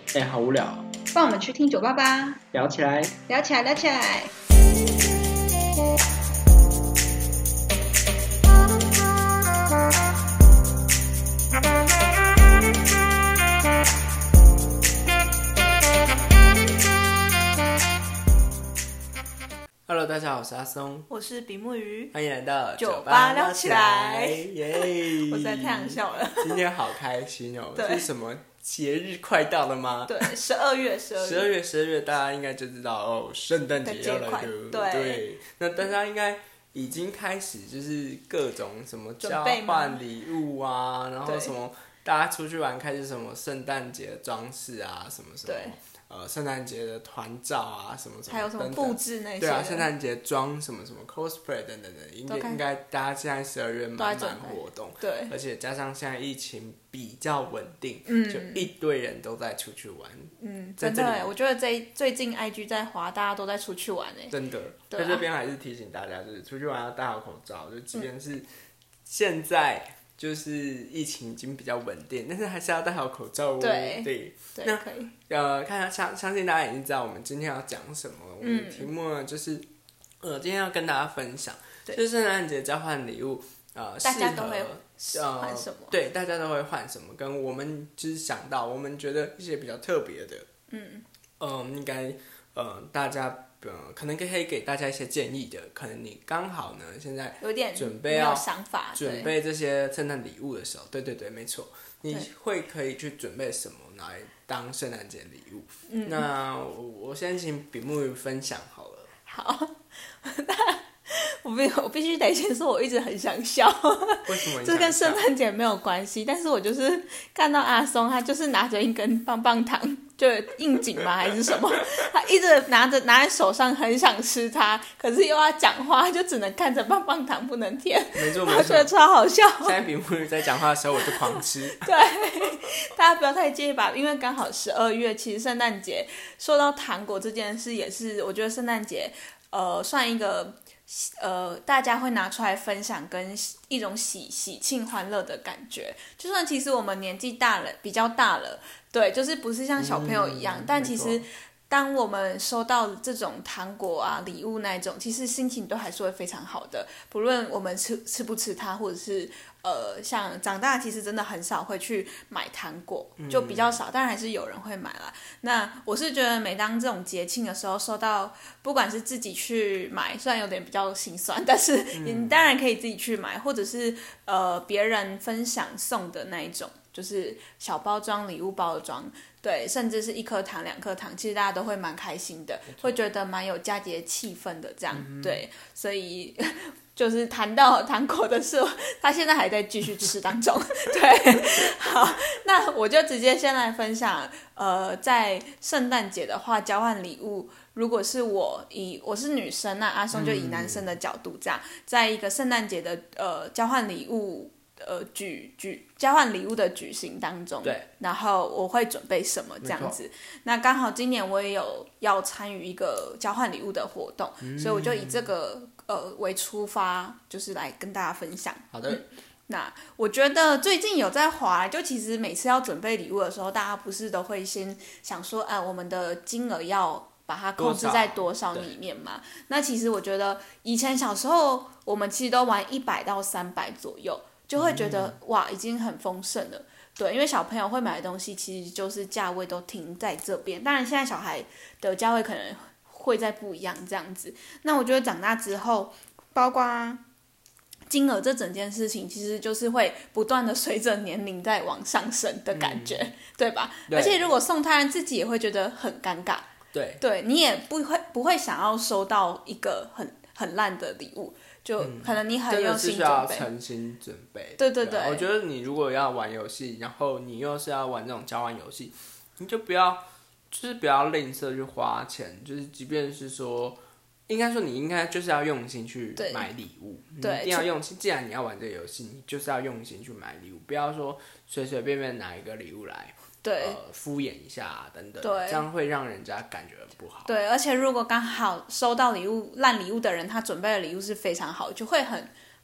好无聊哦， 帮我们去听酒吧吧， 聊起来。 聊起来，聊起来。 Hello， 大家好，我是阿松， 我是比目鱼， 欢迎来到酒吧聊起起来耶！ 我实在太想笑了。 今天好开心哦！ 对是什么节日快到了吗？ 对，12月， 大家应该就知道哦，圣诞节要来了。 对， 那大家应该已经开始就是各种什么交换礼物啊，然后什么大家出去玩开始什么圣诞节的装饰啊，什么什么。圣诞节的团照啊，什么什么， 还有什么布置那些， 对啊，圣诞节装什么什么 cosplay 等等的，应该大家现在12月满活动， 对， 而且加上现在疫情比较稳定，就一堆人都在出去玩， 真的，我觉得最近 IG 在滑，大家都在出去玩真的，在这边还是提醒大家，就是出去玩要戴好口罩，就即便是现在。就是疫情已经比较稳定，但是还是要戴好口罩哦。对，那可以。 相信大家已经知道我们今天要讲什么。我们的题目呢，就是今天要跟大家分享，就是圣诞节交换礼物， 大家都会换什么？ 对，大家都会换什么？跟我们就是想到，我们觉得一些比较特别的，应该大家。可能可以给大家一些建议的，可能你刚好呢现在有点准备要想法， 准备这些圣诞礼物的时候，对，没错，你可以去准备什么来当圣诞节礼物？那我先请比目鱼分享好了。 好，我必须得先说，我一直很想笑。 为什么？ 这跟圣诞节没有关系，但是我就是看到阿松，他就是拿着一根棒棒糖。就应景吗还是什么？他一直拿在手上，很想吃它，可是又要讲话，就只能看着棒棒糖不能舔。 没错， 我觉得超好笑。 现在比目鱼在讲话的时候，我就狂吃。 对，大家不要太介意吧，因为刚好12月，其实圣诞节说到糖果这件事，也是我觉得圣诞节算一个。大家会拿出来分享，跟一种喜庆欢乐的感觉。就算其实我们年纪大了，比较大了，对，就是不是像小朋友一样，但其实当我们收到这种糖果啊、礼物那一种，其实心情都还是会非常好的。不论我们吃不吃它，或者是像长大其实真的很少会去买糖果，就比较少，当然还是有人会买啦。那我是觉得每当这种节庆的时候收到，不管是自己去买，虽然有点比较心酸，但是你当然可以自己去买，或者是别人分享送的那一种，就是小包装礼物包装，对，甚至是1颗糖、2颗糖，其实大家都会蛮开心的，会觉得蛮有佳节气氛的这样，对，所以。就是谈到糖果的事，他现在还在继续吃当中。对，好，那我就直接先来分享。在圣诞节的话，交换礼物，如果是我是女生，那阿松就以男生的角度这样，在一个圣诞节的交换礼物交换礼物的举行当中， 对， 然后我会准备什么这样子。那刚好今年我也有要参与一个交换礼物的活动，所以我就以这个为出发，就是来跟大家分享。 好的。 那我觉得最近有在滑，就其实每次要准备礼物的时候，大家不是都会先想说，我们的金额要把它控制在多少里面嘛？那其实我觉得以前小时候我们其实都玩100到300左右，就会觉得哇，已经很丰盛了。对，因为小朋友会买的东西其实就是价位都停在这边，当然现在小孩的价位可能会再不一样这样子。那我觉得长大之后，包括金额这整件事情，其实就是会不断的随着年龄在往上升的感觉，对吧？对，而且如果送他人，自己也会觉得很尴尬。对，你也不会想要收到一个很烂的礼物。就可能你很用心准备， 真的是需要诚心准备。 对， 我觉得你如果要玩游戏，然后你又是要玩那种交换游戏，你就不要吝啬去花钱，就是即便是说，应该说你应该就是要用心去买礼物， 对， 一定要用心。既然你要玩这个游戏，你就是要用心去买礼物，不要说随随便便拿一个礼物来。敷衍一下等等，这样会让人家感觉不好。 对，而且如果刚好收到烂礼物的人，他准备的礼物是非常好，就会很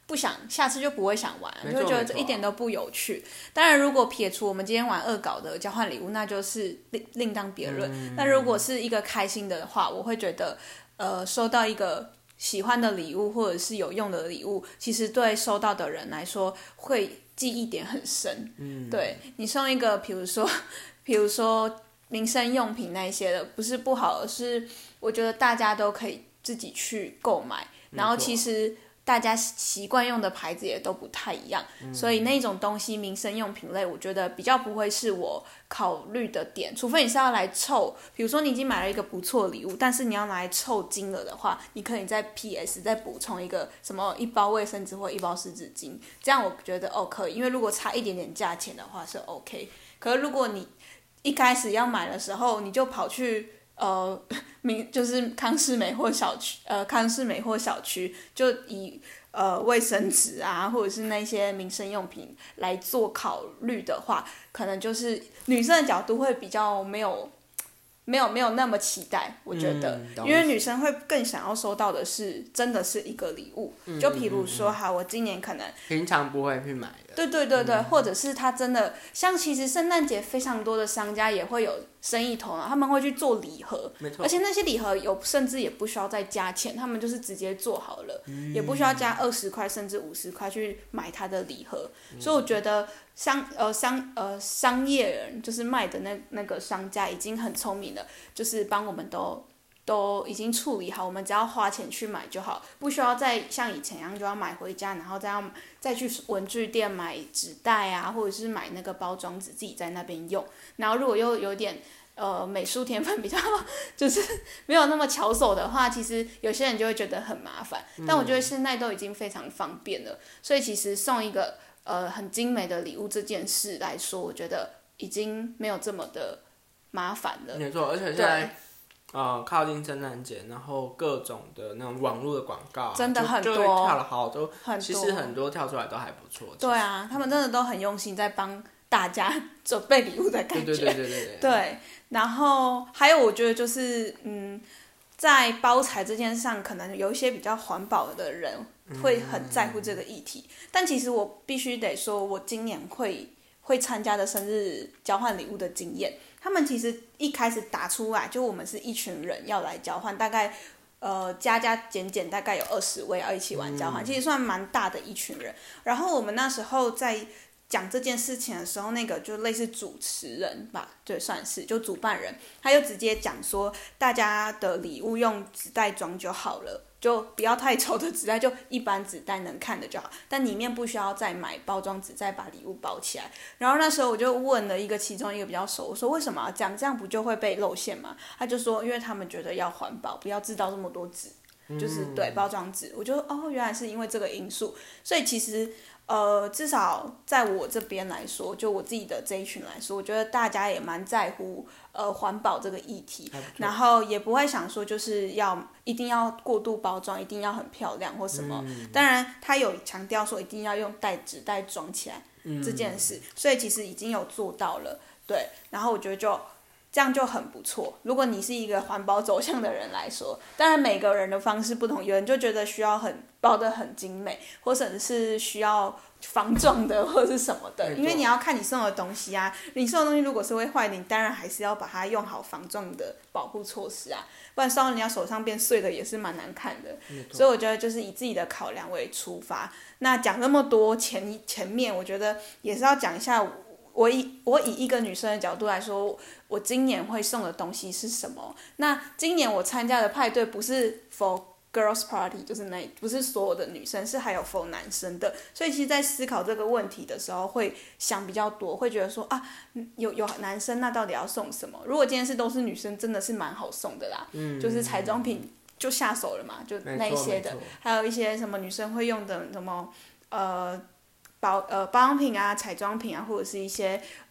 不想，下次就不会想玩，就会觉得这一点都不有趣。当然，如果撇除我们今天玩恶搞的交换礼物，那就是另当别论。那如果是一个开心的话，我会觉得，收到一个喜欢的礼物或者是有用的礼物，其实对收到的人来说会记忆点很深。对，你送一个，比如说民生用品那一些的，不是不好，而是我觉得大家都可以自己去购买，然后其实大家习惯用的牌子也都不太一样，所以那种东西民生用品类我觉得比较不会是我考虑的点，除非你是要来凑，比如说你已经买了一个不错的礼物，但是你要拿来凑金额的话，你可以在 PS 再补充一个什么一包卫生纸或一包湿纸巾，这样我觉得可以，因为如果差一点点价钱的话是 OK， 可是如果你一开始要买的时候你就跑去就是康士美或小区就以卫生纸啊或者是那些民生用品来做考虑的话，可能就是女生的角度会比较没有那么期待，我觉得，因为女生会更想要收到的是真的是一个礼物，就比如说好，我今年可能平常不会去买的， 对，或者是他真的像其实圣诞节非常多的商家也会有生意头脑，他们会去做礼盒，而且那些礼盒甚至也不需要再加钱，他们就是直接做好了，也不需要加20块甚至50块去买他的礼盒，所以我觉得商业人就是卖的那个商家已经很聪明了，就是帮我们都已经处理好，我们只要花钱去买就好，不需要再像以前一样就要买回家，然后再去文具店买纸袋啊，或者是买那个包装纸自己在那边用。然后如果又有点美术天分比较就是没有那么巧手的话，其实有些人就会觉得很麻烦。但我觉得现在都已经非常方便了，所以其实送一个很精美的礼物这件事来说，我觉得已经没有这么的麻烦了。 没错，而且现在靠近圣诞节，然后各种的那种网络的广告真的很多， 就跳了好多，其实很多跳出来都还不错。 对啊，他们真的都很用心在帮大家准备礼物的感觉。对，然后还有我觉得就是在包材这件事上，可能有一些比较环保的人会很在乎这个议题，但其实我必须得说，我今年会参加的生日交换礼物的经验，他们其实一开始打出来就我们是一群人要来交换，大概加减大概有20位要一起玩交换，其实算蛮大的一群人。然后我们那时候在讲这件事情的时候，那个就类似主持人吧，对，算是就主办人，他就直接讲说，大家的礼物用纸袋装就好了，就不要太丑的纸袋，就一般纸袋能看的就好，但里面不需要再买包装纸再把礼物包起来。然后那时候我就问了其中一个比较熟，我说为什么要这样不就会被露馅吗？他就说因为他们觉得要环保，不要制造这么多纸，就是对包装纸。我就原来是因为这个因素，所以其实至少在我这边来说，就我自己的这一群来说，我觉得大家也蛮在乎环保这个议题，然后也不会想说就是一定要过度包装，一定要很漂亮或什么。当然他有强调说一定要用纸袋装起来这件事，所以其实已经有做到了。对，然后我觉得这样就很不错。如果你是一个环保走向的人来说，当然每个人的方式不同，有人就觉得需要包得很精美，或者是需要防撞的或者是什么的，因为你要看你送的东西啊，你送的东西如果是会坏的，你当然还是要把它用好防撞的保护措施啊，不然送到人家手上变碎的也是蛮难看的。所以我觉得就是以自己的考量为出发。那讲那么多前面，我觉得也是要讲一下我以一个女生的角度来说，我今年会送的东西是什么。那今年我参加的派对不是 for girls party， 就是不是所有的女生，是还有 for 男生的，所以其实在思考这个问题的时候会想比较多，会觉得说有男生那到底要送什么。如果今天都是女生，真的是蛮好送的啦，就是彩妆品就下手了嘛，就那一些的，还有一些什么女生会用的什么保养品啊、彩妆品啊，或者是一些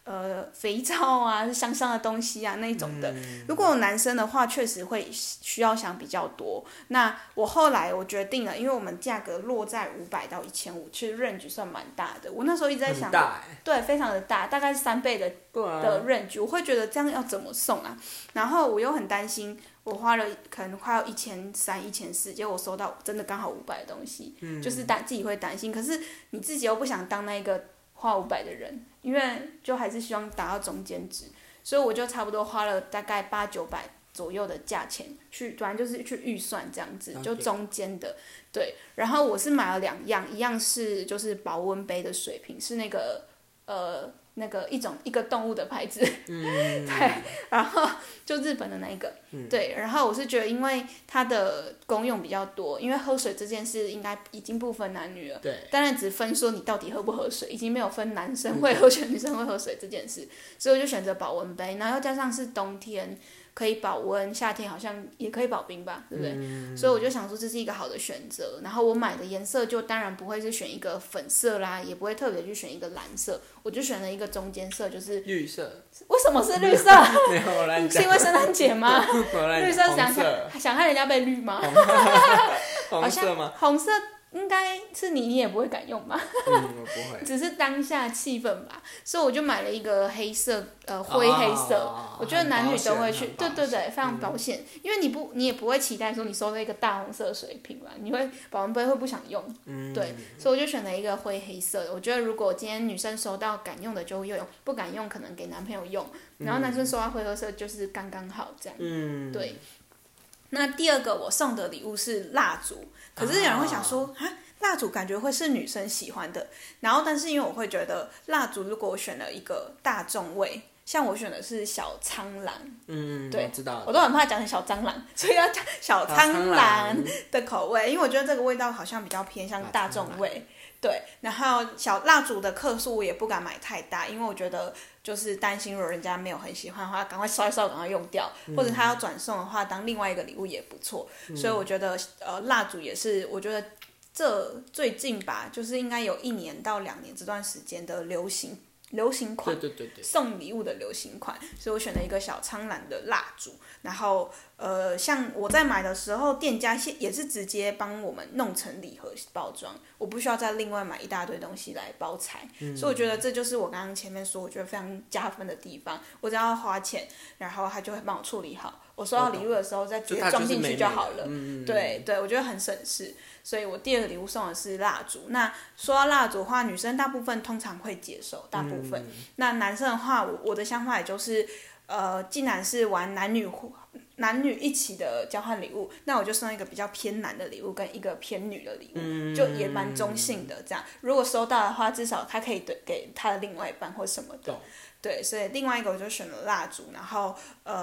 肥皂啊，香香的东西啊那一种的。如果有男生的话，确实会需要想比较多。那我后来我决定了，因为我们价格落在500到1500，其实 range 算蛮大的。我那时候一直在想，对，非常的大，大概是3倍的range，我会觉得这样要怎么送啊？然后我又很担心。我花了可能快要1300、1400，结果我收到真的刚好500的东西，就是自己会担心。可是你自己又不想当那个花500的人，因为就还是希望达到中间值，所以我就差不多花了大概800、900左右的价钱去，反正就是去预算这样子，就中间的。对，然后我是买了2样，一样是就是保温杯的水瓶，是那个一个动物的牌子，对，然后就日本的那一个，对，然后我是觉得因为它的功用比较多，因为喝水这件事应该已经不分男女了， 对， 当然只分说你到底喝不喝水，已经没有分男生会喝水、女生会喝水这件事，所以我就选择保温杯，然后又加上是冬天。可以保温，夏天好像也可以保冰吧，对不对？所以我就想说这是一个好的选择。然后我买的颜色就当然不会是选一个粉色啦，也不会特别去选一个蓝色，我就选了一个中间色，就是绿色。 为什么是绿色？ 没有我乱讲。 是因为圣诞节吗？绿色想看人家被绿吗？ 红色吗？ 红色。应该是你也不会敢用吧？ 我不会。 只是当下气氛吧，所以我就买了一个黑色，灰黑色。我觉得男女都会去，对，非常保险。因为你也不会期待说你收到一个大红色的水瓶吧，你会保温杯会不想用，对，所以我就选了一个灰黑色的。我觉得如果今天女生收到敢用的就用，不敢用可能给男朋友用，然后男生收到灰黑色就是刚刚好这样，对。那第二个我送的礼物是蜡烛，可是有人会想说，蜡烛感觉会是女生喜欢的，然后但是因为我会觉得蜡烛如果我选了一个大众味，像我选的是小苍兰，对，我都很怕讲成小蟑螂，所以要讲小苍兰的口味，因为我觉得这个味道好像比较偏向大众味。对，然后小蜡烛的克数我也不敢买太大，因为我觉得就是担心如果人家没有很喜欢的话，赶快烧一烧，赶快用掉，或者他要转送的话，当另外一个礼物也不错。所以我觉得蜡烛也是，我觉得这最近吧，就是应该有1年到2年这段时间的流行款， 对， 送礼物的流行款，所以我选了一个小苍兰的蜡烛。然后像我在买的时候，店家也是直接帮我们弄成礼盒包装，我不需要再另外买一大堆东西来包材。所以我觉得这就是我刚刚前面说，我觉得非常加分的地方。我只要花钱，然后他就会帮我处理好，我收到礼物的时候再直接装进去就好了。对，我觉得很省事。所以我第2个礼物送的是蜡烛。那说到蜡烛的话，女生大部分通常会接受，大部分。那男生的话，我的想法也就是，既然是玩男女一起的交换礼物，那我就送一个比较偏男的礼物跟一个偏女的礼物，就也蛮中性的这样。如果收到的话，至少他可以给他的另外一半或什么的。对，所以另外一个我就选了蜡烛，然后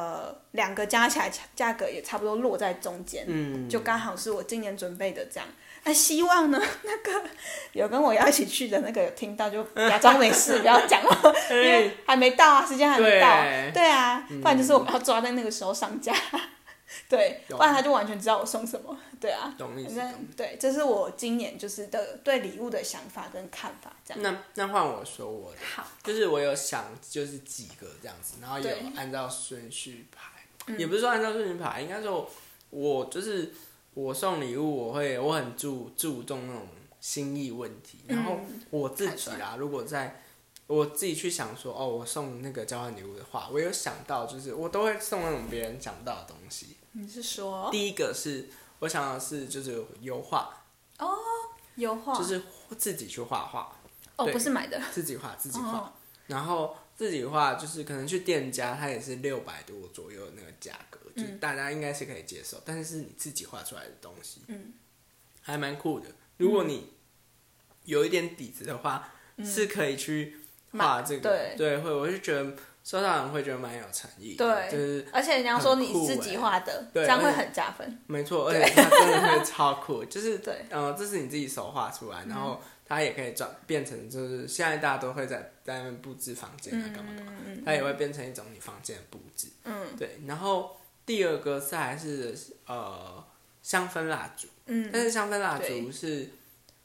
2个加起来价格也差不多落在中间，就刚好是我今年准备的这样。那希望呢，那个有跟我要一起去的那个有听到就假装没事，不要讲了，因为还没到啊，时间还没到。对啊，不然就是我们要抓在那个时候上架。对，不然他就完全知道我送什么。对啊， 懂意思。 对，这是我今年就是对礼物的想法跟看法，这样。 那换我说我的， 好， 就是我有想就是几个这样子，然后有按照顺序排，也不是说按照顺序排，应该说我就是我送礼物我很注重那种心意问题，然后我自己啦，如果在我自己去想说我送那个交换礼物的话，我有想到就是我都会送那种别人想到的东西。 你是说第一个是我想到的是就是油画油画就是自己去画画不是买的， 自己画然后自己画就是可能去店家它也是600多左右的那个价格，就大家应该是可以接受，但是是你自己画出来的东西还蛮酷的。如果你有一点底子的话是可以去画这个，对，我就觉得收到人会觉得蛮有诚意，对，就是而且人家说你自己画的，这样会很加分。 没错，而且它真的会超酷，就是对，这是你自己手画出来，然后它也可以变成就是现在大家都会在那边布置房间啊干嘛，它也会变成一种你房间的布置，对。然后第2个还是香氛蜡烛，但是香氛蜡烛是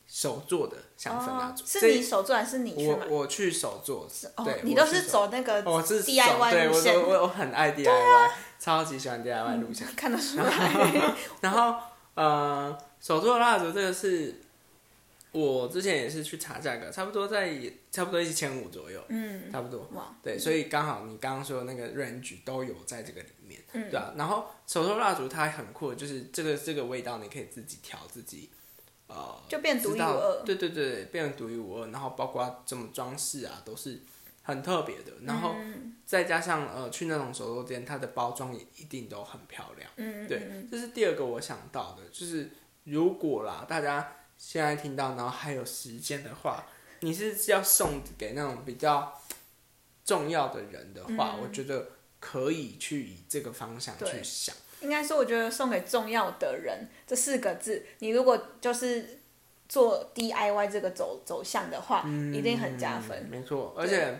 手做的香氛蜡烛。 是你手做还是你去买？ 我去手做，对， 你都是走那个 DIY 路线。 对，我很爱 DIY，超级喜欢 DIY 路线， 看得出来。 然后手做的蜡烛这个是我之前也是去查价格，差不多1500左右，差不多。对，所以刚好你刚刚说的那个 range 都有在这个里面，对啊。然后手做蜡烛它很酷的，就是这个味道你可以自己调自己。 就变独一无二， 对，变成独一无二，然后包括怎么装饰啊，都是很特别的。然后再加上去那种手作店，它的包装也一定都很漂亮。对，这是第二个我想到的，就是如果啦，大家现在听到，然后还有时间的话，你是要送给那种比较重要的人的话，我觉得可以去以这个方向去想。 应该说，我觉得送给重要的人这4个字，你如果就是做 DIY 这个走向的话，一定很加分。 没错，而且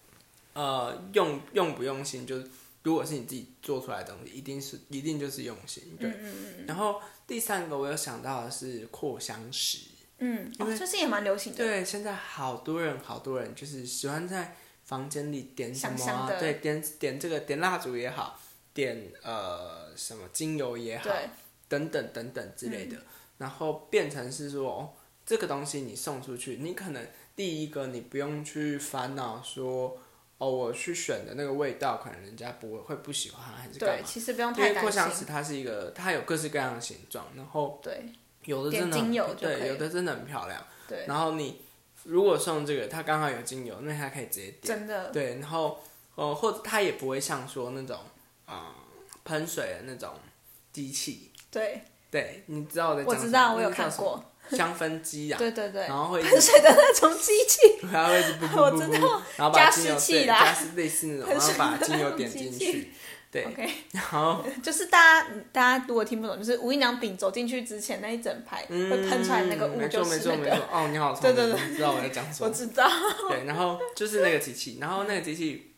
用不用心，就是如果是你自己做出来的东西，一定就是用心。对，然后第3个我有想到的是扩香石。 最近也蛮流行的。 对，现在好多人就是喜欢在房间里点什么香的， 对，点这个点蜡烛也好，点什么精油也好，等等之类的，然后变成是说这个东西你送出去，你可能第一个你不用去烦恼说我去选的那个味道可能人家会不喜欢还是干嘛？ 对，其实不用太担心。 因为扩香石它是它有各式各样的形状，然后有的真的有的真的很漂亮。对，然后你如果送这个，它刚好有精油，那它可以直接点。 真的。 对，然后或者它也不会像说那种喷水的那种机器。对，你知道我在讲什么？ 我知道，我有看过。 香氛机啊， 对， 然后会喷水的那种机器， 它会一直不， 我知道， 然后把精油加湿器啦， 加湿类似那种，然后把精油点进去，对， okay. 然后就是大家如果听不懂，就是无印良品走进去之前那一整排会喷出来那个雾，就是那个。 没错，哦，你好聪明， 对， 你知道我在讲什么？ 我知道。 对，然后就是那个机器，然后那个机器，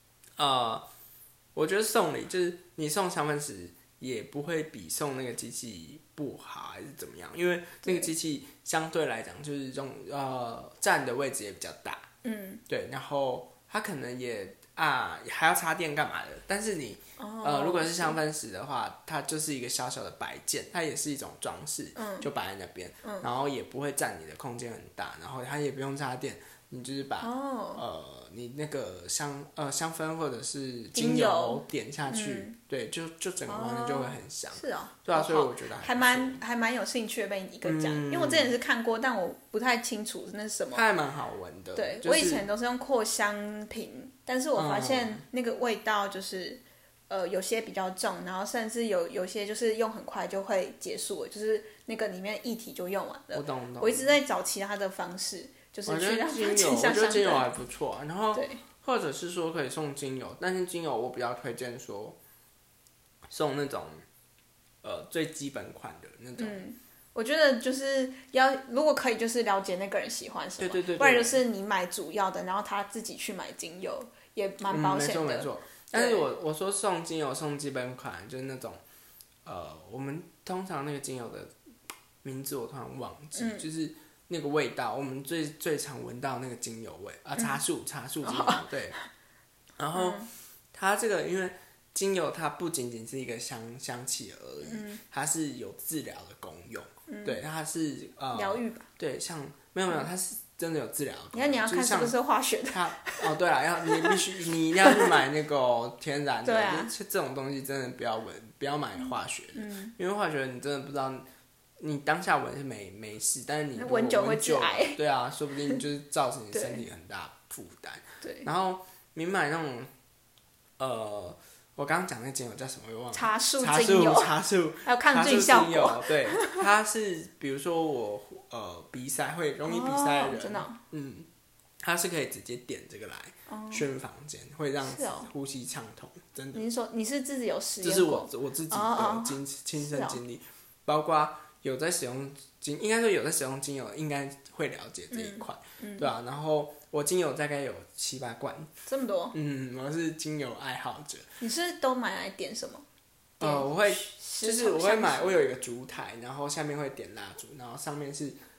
我觉得送礼就是你送香氛石也不会比送那个机器不好还是怎么样，因为那个机器相对来讲就是这种占的位置也比较大，对，然后它可能也还要插电干嘛的，但是你如果是香氛石的话，它就是一个小小的摆件，它也是一种装饰，就摆在那边，然后也不会占你的空间很大，然后它也不用插电，你就是把你那个香氛或者是精油点下去，对，就整个完全就会很香。 是哦， 对啊，所以我觉得还蛮有兴趣的被你一个讲，因为我之前是看过，但我不太清楚那是什么。 它还蛮好闻的。 对，我以前都是用扩香瓶，但是我发现那个味道就是有些比较重，然后甚至有些就是用很快就会结束了，就是那个里面液体就用完了。 我懂。 我一直在找其他的方式。就是去让它精油， 我觉得精油还不错，然后对， 或者是说可以送精油，但是精油我比较推荐说送那种最基本款的那种。 我觉得就是如果可以，就是了解那个人喜欢什么， 对， 不然就是你买主要的，然后他自己去买精油，也蛮保险的。 没错。但是我说送精油送基本款，就是那种我们通常那个精油的名字我突然忘记，就是那个味道，我们最常闻到那个精油味茶树精油，对。然后它这个因为精油它不仅仅是一个香气而已，它是有治疗的功用，对，它是疗愈吧？ 对，像没有，它是真的有治疗的功用。 你要看是不是化学的？ 对啦，你一定要去买那个天然的，这种东西真的不要买化学的，因为化学你真的不知道。你当下闻是没事，但是你闻久会致癌。 对啊，说不定就是造成你身体很大负担。 对。 然后你买那种我刚刚讲那精油叫什么？我忘了。 茶树精油。 还有抗菌效果。 对，它是比如说我鼻塞会容易鼻塞的人， 真的。 它是可以直接点这个来熏房间，会让呼吸畅通，真的。 你是自己有实验过？ 这是我自己的亲身经历，包括。有在使用应该说有在使用精油，应该会了解这一块，对啊。然后我精油大概有7-8罐， 这么多。 我是精油爱好者。 你是都买来点什么？ 我会就是我会买，我有一个烛台，然后下面会点蜡烛，然后上面是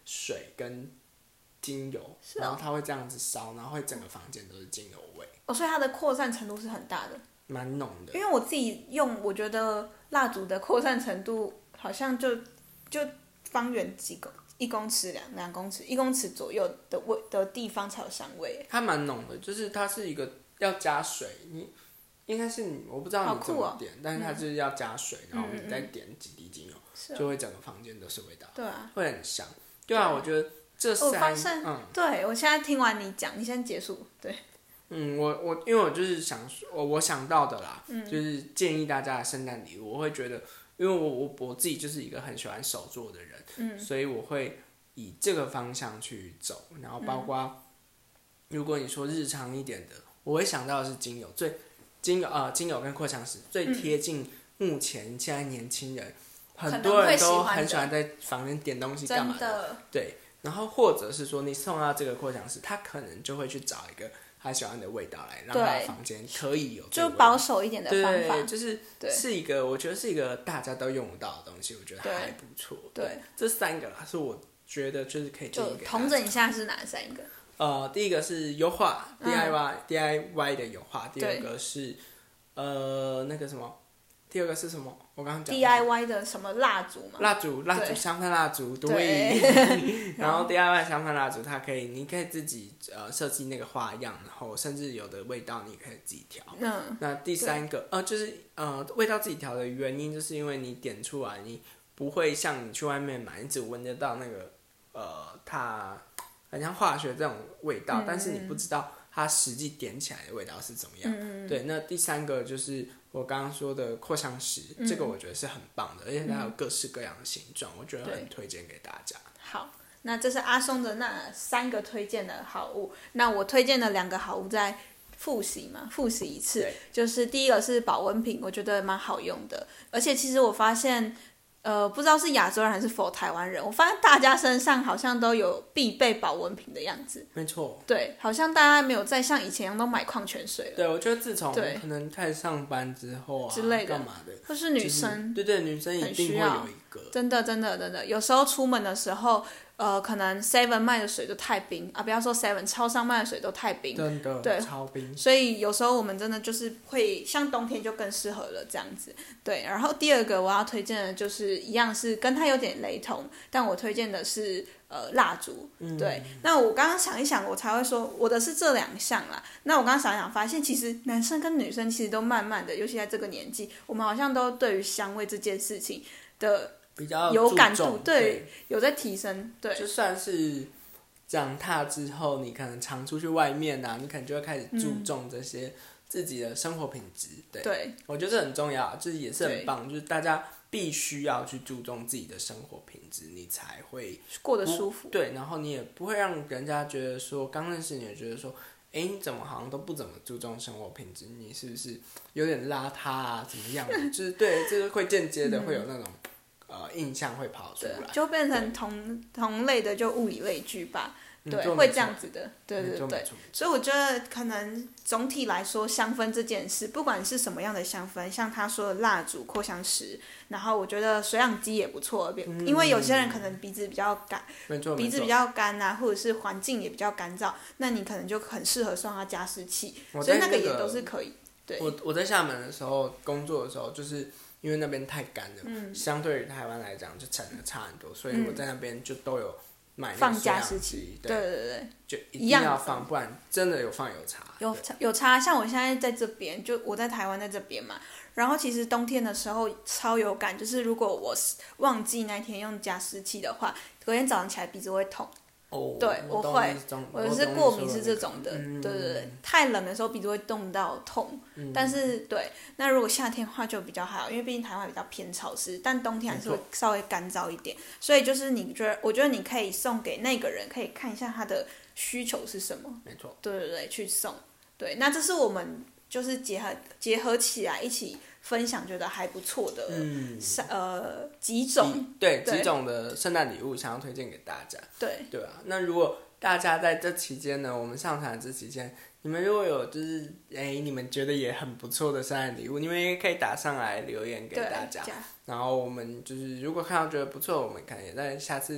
水跟精油，然后它会这样子烧，然后会整个房间都是精油味。 所以它的扩散程度是很大的， 蛮浓的。 因为我自己用，我觉得蜡烛的扩散程度好像就方圆1公尺、2公尺、1公尺左右的地方才有香味。 它蛮浓的，就是它是一个要加水，你应该是我不知道你怎么点，但是它就是要加水，然后你再点几滴精油，就会整个房间都是味道， 对啊， 会很香。对啊，我觉得这对我现在听完你讲，你先结束，对。 我因为我就是我想到的啦，就是建议大家的圣诞礼物，我会觉得，因为我自己就是一个很喜欢手作的人，所以我会以这个方向去走，然后包括如果你说日常一点的，我会想到的是精油，精油跟扩香石最贴近目前现在年轻人，很多人都很喜欢在房间点东西干嘛的，对，然后或者是说你送到这个扩香石，他可能就会去找一个他喜欢的味道来让他的房间可以有就保守一点的方法， 对，就是一个我觉得是一个大家都用得到的东西，我觉得还不错。对，这3个是我觉得就是可以建议给大家。 统整一下是哪3个？ 第一个是油画DIY 的油画，第二个是那个什么，第二个是什么？我刚刚讲 DIY 的什么蜡烛嘛？ 蜡烛香氛蜡烛，对。然后 DIY 香氛蜡烛，你可以自己设计那个花样，然后甚至有的味道你可以自己调。那第3个就是味道自己调的原因，就是因为你点出来，你不会像你去外面买，你只闻得到那个它很像化学这种味道，但是你不知道它实际点起来的味道是怎么样。对，那第3个就是我刚刚说的扩香石，这个我觉得是很棒的，而且它有各式各样的形状，我觉得很推荐给大家。 好，那这是阿松的那3个推荐的好物，那我推荐的2个好物再复习一次，就是第一个是保温瓶，我觉得蛮好用的，而且其实我发现不知道是亚洲人还是否台湾人，我发现大家身上好像都有必备保温瓶的样子。 没错。 对，好像大家没有再像以前一样都买矿泉水了。 对，我觉得自从可能开始上班之后之类的， 干嘛的， 或是女生， 对，女生一定会有一个。 真的，有时候出门的时候，可能 Seven 卖的水都太冰啊，不要说 Seven， 超商卖的水都太冰， 真的， 对， 超冰。 所以有时候我们真的就是会，像冬天就更适合了这样子。对，然后第2个我要推荐的就是一样是跟它有点雷同，但我推荐的是蜡烛。对，那我刚刚想一想，我才会说我的是这2项啦。那我刚刚想一想，发现其实男生跟女生其实都慢慢的，尤其在这个年纪，我们好像都对于香味这件事情的比较有感度，对，有在提升。对， 就算是长大之后，你可能常出去外面啊，你可能就会开始注重这些自己的生活品质。对，我觉得这很重要，就是也是很棒，就是大家必须要去注重自己的生活品质，你才会过得舒服。 对，然后你也不会让人家觉得说，刚认识你也觉得说，你怎么好像都不怎么注重生活品质？你是不是有点邋遢啊？怎么样的？就是对，这个会间接的会有那种印象会跑出来， 就变成同类的就物以类聚吧。对，会这样子的，对，所以我觉得可能总体来说，香氛这件事，不管是什么样的香氛，像他说的蜡烛、扩香石，然后我觉得水养机也不错，因为有些人可能鼻子比较干，鼻子比较干啊，或者是环境也比较干燥，那你可能就很适合送他加湿器，所以那个也都是可以。对， 我在厦门的时候工作的时候，就是因为那边太干了，相对于台湾来讲就产能差很多，所以我在那边就都有买那个加湿器，对， 就一定要放，不然真的有放有差。 有差，像我现在在这边，就我在台湾在这边嘛，然后其实冬天的时候超有感，就是如果我忘记那天用加湿器的话，隔天早上起来鼻子会痛。对，我会，我是过敏是这种的，对，太冷的时候鼻子会冻到痛，但是对，那如果夏天的话就比较好，因为毕竟台湾比较偏潮湿，但冬天还是会稍微干燥一点，所以就是我觉得你可以送给那个人，可以看一下他的需求是什么， 没错， 对，去送，对，那这是我们就是结合起来一起分享，觉得还不错的，几种的圣诞礼物想要推荐给大家。对啊，那如果大家在这期间呢，我们上传这期间，你们如果有就是你们觉得也很不错的圣诞礼物，你们也可以打上来留言给大家。然后我们就是如果看到觉得不错，我们可能也在下次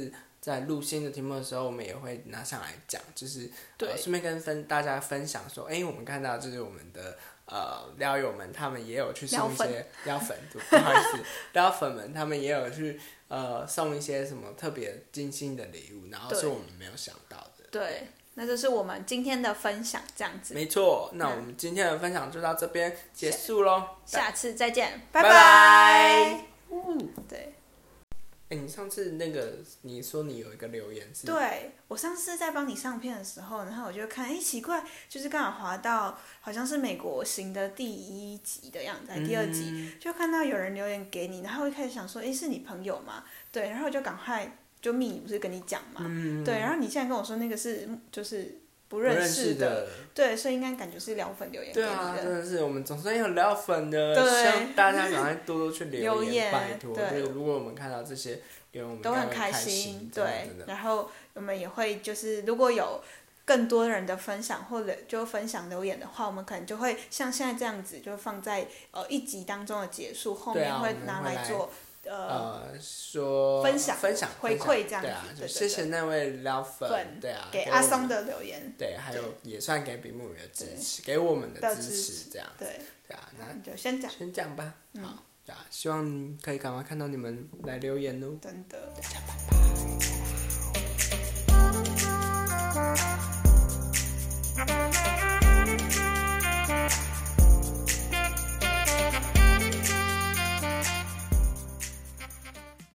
在录新的题目的时候，我们也会拿上来讲，就是顺便跟大家分享说，我们看到就是我们的撩友们，他们也有去送一些撩粉，不好意思，撩粉们他们也有去送一些什么特别精心的礼物，然后是我们没有想到的。 对，那这是我们今天的分享，这样子。 没错，那我们今天的分享就到这边结束咯， 下次再见，拜拜。对。 你上次那个你说你有一个留言是？ 对，我上次在帮你上片的时候，然后我就看，奇怪，就是刚好滑到好像是美国行的第1集的样子，第2集，就看到有人留言给你，然后我一开始想说，是你朋友吗？对，然后我就赶快就密你，不是跟你讲嘛，对，然后你现在跟我说那个是就是不认识的，对，所以应该感觉是撩粉留言给你的。 对啊，真的是我们总算有撩粉的，希望大家赶快多多去留言，拜托。就是如果我们看到这些留言，我们都很开心。对，然后我们也会就是如果有更多人的分享或者就分享留言的话，我们可能就会像现在这样子，就放在1集当中的结束，后面会拿来做。 说分享回馈这样子， 对啊，就谢谢那位撩粉，对啊， 给阿松的留言， 对，还有也算给比目鱼的支持，给我们的支持，这样，对啊， 那就先讲吧，好，对啊，希望可以赶快看到你们来留言哦， 真的， 大家拜拜。